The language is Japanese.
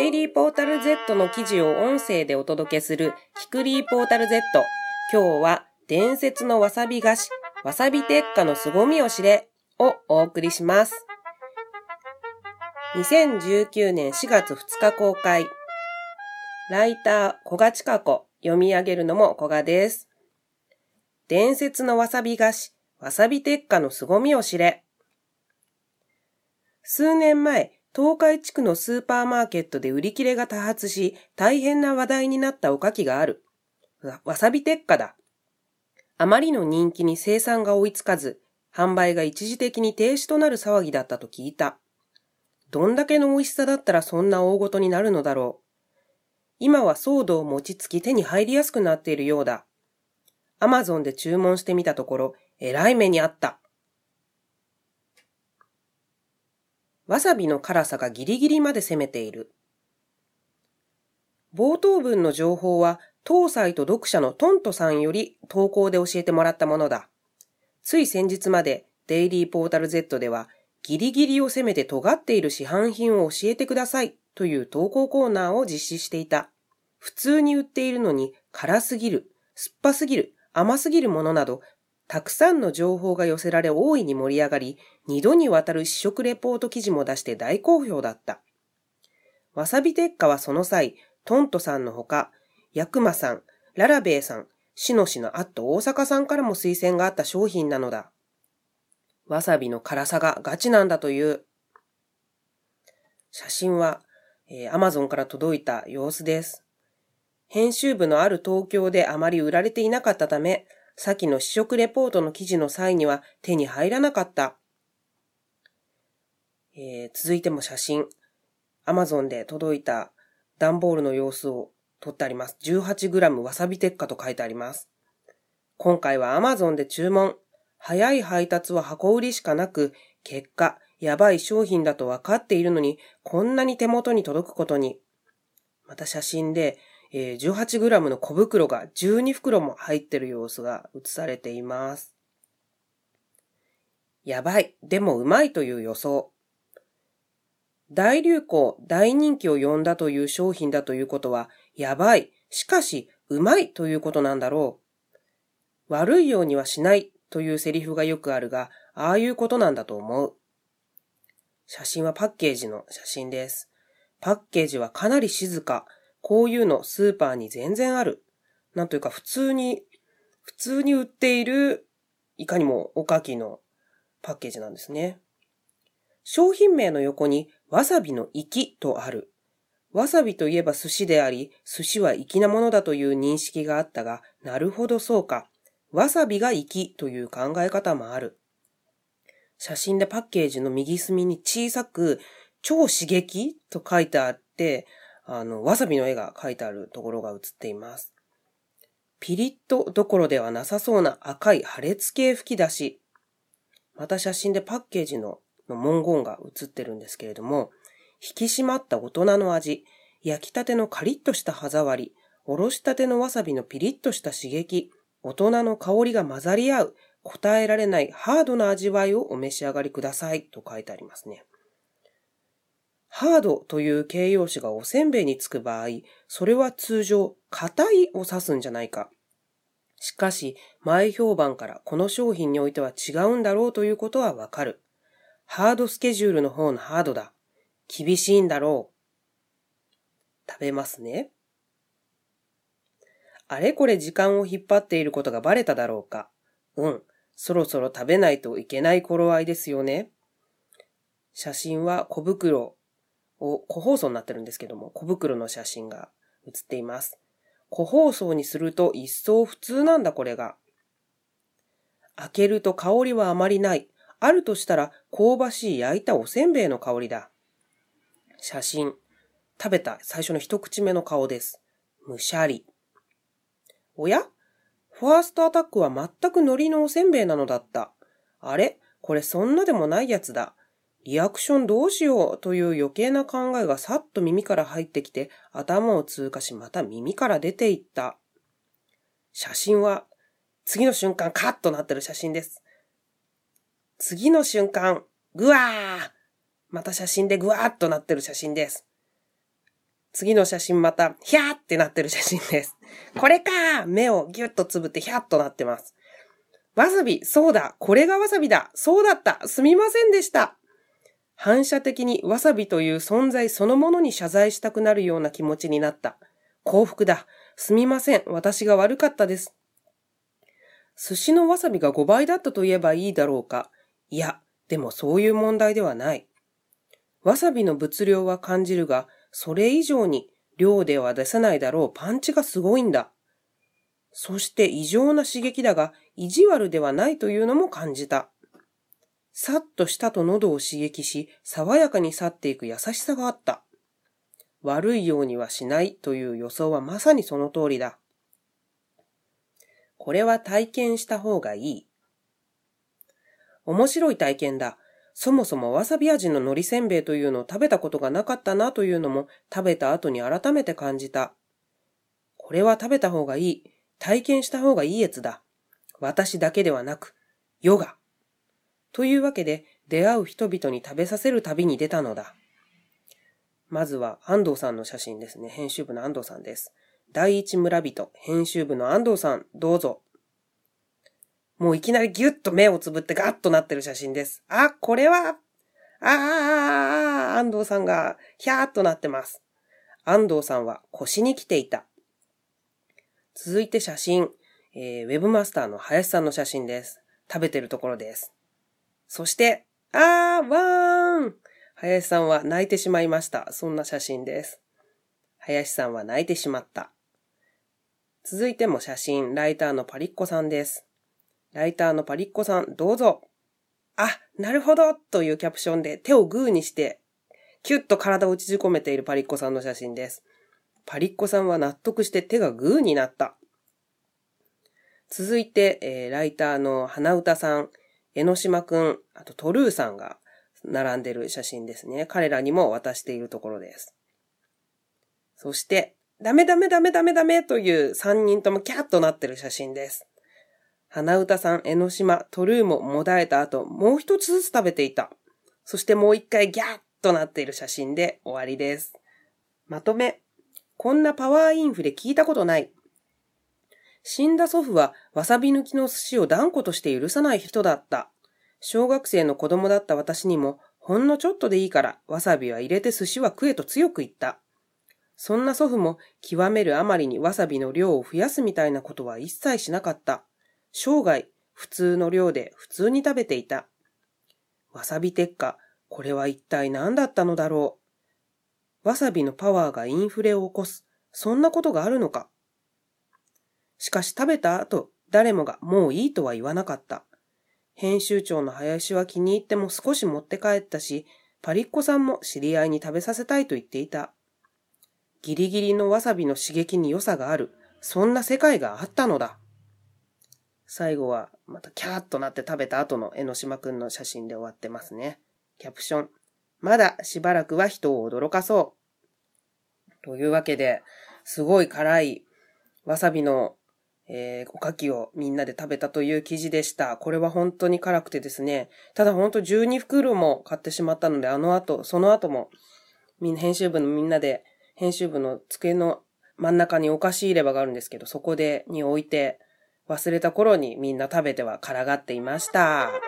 デイリーポータル Z の記事を音声でお届けするキクリーポータル Z。今日は伝説のわさび菓子、わさび鉄火の凄みを知れをお送りします。2019年4月2日公開。ライター古賀千佳子、読み上げるのも古賀です。伝説のわさび菓子、わさび鉄火の凄みを知れ。数年前、東海地区のスーパーマーケットで売り切れが多発し、大変な話題になったおかきがある。わさび鉄火だ。あまりの人気に生産が追いつかず、販売が一時的に停止となる騒ぎだったと聞いた。どんだけの美味しさだったらそんな大ごとになるのだろう。今は騒動も落ち着き手に入りやすくなっているようだ。Amazon で注文してみたところ、えらい目にあった。わさびの辛さがギリギリまで攻めている。冒頭文の情報は、当サイト読者のトントさんより投稿で教えてもらったものだ。つい先日までデイリーポータル Z では、ギリギリを攻めて尖っている市販品を教えてくださいという投稿コーナーを実施していた。普通に売っているのに辛すぎる、酸っぱすぎる、甘すぎるものなど、たくさんの情報が寄せられ大いに盛り上がり、2度にわたる試食レポート記事も出して大好評だった。わさび鉄火はその際、トントさんのほか、ヤクマさん、ララベイさん、シノシのあっと大阪さんからも推薦があった商品なのだ。わさびの辛さがガチなんだという。写真は、Amazon から届いた様子です。編集部のある東京であまり売られていなかったため、先の試食レポートの記事の際には手に入らなかった。続いても写真。Amazon で届いた段ボールの様子を撮ってあります。18g わさび鉄火と書いてあります。今回は Amazon で注文。早い配達は箱売りしかなく、結果、やばい商品だと分かっているのに、こんなに手元に届くことに。また写真で、18g の小袋が12袋も入っている様子が写されています。やばい、でもうまいという予想。大流行、大人気を呼んだという商品だということは、やばい、しかしうまいということなんだろう。悪いようにはしないというセリフがよくあるが、ああいうことなんだと思う。写真はパッケージの写真です。パッケージはかなり静か。こういうのスーパーに全然ある。なんというか普通に売っている、いかにもおかきのパッケージなんですね。商品名の横にわさびの粋とある。わさびといえば寿司であり、寿司は粋なものだという認識があったが、なるほどそうか。わさびが粋という考え方もある。写真でパッケージの右隅に小さく超刺激と書いてあって、わさびの絵が描いてあるところが写っています。ピリッとどころではなさそうな赤い破裂系吹き出し。また写真でパッケージの文言が写ってるんですけれども、引き締まった大人の味、焼きたてのカリッとした歯触り、おろしたてのわさびのピリッとした刺激、大人の香りが混ざり合う、答えられないハードな味わいをお召し上がりくださいと書いてありますね。ハードという形容詞がおせんべいにつく場合、それは通常、硬いを指すんじゃないか。しかし、前評判からこの商品においては違うんだろうということはわかる。ハードスケジュールの方のハードだ。厳しいんだろう。食べますね。あれこれ時間を引っ張っていることがバレただろうか。そろそろ食べないといけない頃合いですよね。写真は小袋を個包装になってるんですけども、小袋の写真が写っています。個包装にすると一層普通なんだこれが。開けると香りはあまりない。あるとしたら香ばしい焼いたおせんべいの香りだ。写真。食べた最初の一口目の顔です。むしゃり。おや？ファーストアタックは全く海苔のおせんべいなのだった。あれ？これそんなでもないやつだ。リアクションどうしようという余計な考えがさっと耳から入ってきて頭を通過しまた耳から出ていった。写真は次の瞬間カッとなってる写真です。次の瞬間、ぐわーまた写真でぐわーっとなってる写真です。 次の写真また、ヒャーってなってる写真です。これか！目をギュッとつぶってヒャーっとなってます。わさび、そうだ、これがわさびだ、そうだった、すみませんでした。反射的にわさびという存在そのものに謝罪したくなるような気持ちになった。幸福だ。すみません、私が悪かったです。寿司のわさびが5倍だったと言えばいいだろうか。いや、でもそういう問題ではない。わさびの物量は感じるが、それ以上に量では出せないだろうパンチがすごいんだ。そして異常な刺激だが、意地悪ではないというのも感じた。さっと舌と喉を刺激し、爽やかに去っていく優しさがあった。悪いようにはしないという予想はまさにその通りだ。これは体験した方がいい。面白い体験だ。そもそもわさび味の海苔せんべいというのを食べたことがなかったなというのも食べた後に改めて感じた。これは食べた方がいい。体験した方がいいやつだ。私だけではなく、ヨガ。というわけで出会う人々に食べさせる旅に出たのだ。まずは安藤さんの写真ですね。編集部の安藤さんです。第一村人、編集部の安藤さん、どうぞ。もういきなりギュッと目をつぶってガッとなってる写真です。あ、これは、安藤さんがヒャーっとなってます。安藤さんは腰に来ていた。続いて写真、ウェブマスターの林さんの写真です。食べてるところです。そして、わーん！林さんは泣いてしまいました。そんな写真です。林さんは泣いてしまった。続いても写真、ライターのパリッコさんです。ライターのパリッコさん、どうぞ。あ、なるほどというキャプションで手をグーにして、キュッと体を縮こめているパリッコさんの写真です。パリッコさんは納得して手がグーになった。続いて、ライターの花歌さん、江ノ島くん、あとトルーさんが並んでる写真ですね。彼らにも渡しているところです。そして、ダメという3人ともキャッとなってる写真です。花歌さん、江ノ島、トルーももだえた後、もう一つずつ食べていた。そしてもう一回ギャッとなっている写真で終わりです。まとめ。こんなパワーインフレ聞いたことない。死んだ祖父はわさび抜きの寿司を断固として許さない人だった。小学生の子供だった私にも、ほんのちょっとでいいからわさびは入れて寿司は食えと強く言った。そんな祖父も極めるあまりにわさびの量を増やすみたいなことは一切しなかった。生涯普通の量で普通に食べていた。わさび鉄火、これは一体何だったのだろう。わさびのパワーがインフレを起こす。そんなことがあるのか。しかし食べた後、誰もがもういいとは言わなかった。編集長の林は気に入っても少し持って帰ったし、パリッコさんも知り合いに食べさせたいと言っていた。ギリギリのわさびの刺激に良さがある。そんな世界があったのだ。最後はまたキャーッとなって食べた後の江ノ島くんの写真で終わってますね。キャプション。まだしばらくは人を驚かそう。というわけで、すごい辛いわさびのおかきをみんなで食べたという記事でした。これは本当に辛くてですね。ただ本当12袋も買ってしまったので、その後も、編集部のみんなで、編集部の机の真ん中にお菓子入れ歯があるんですけど、そこに置いて、忘れた頃にみんな食べてはからがっていました。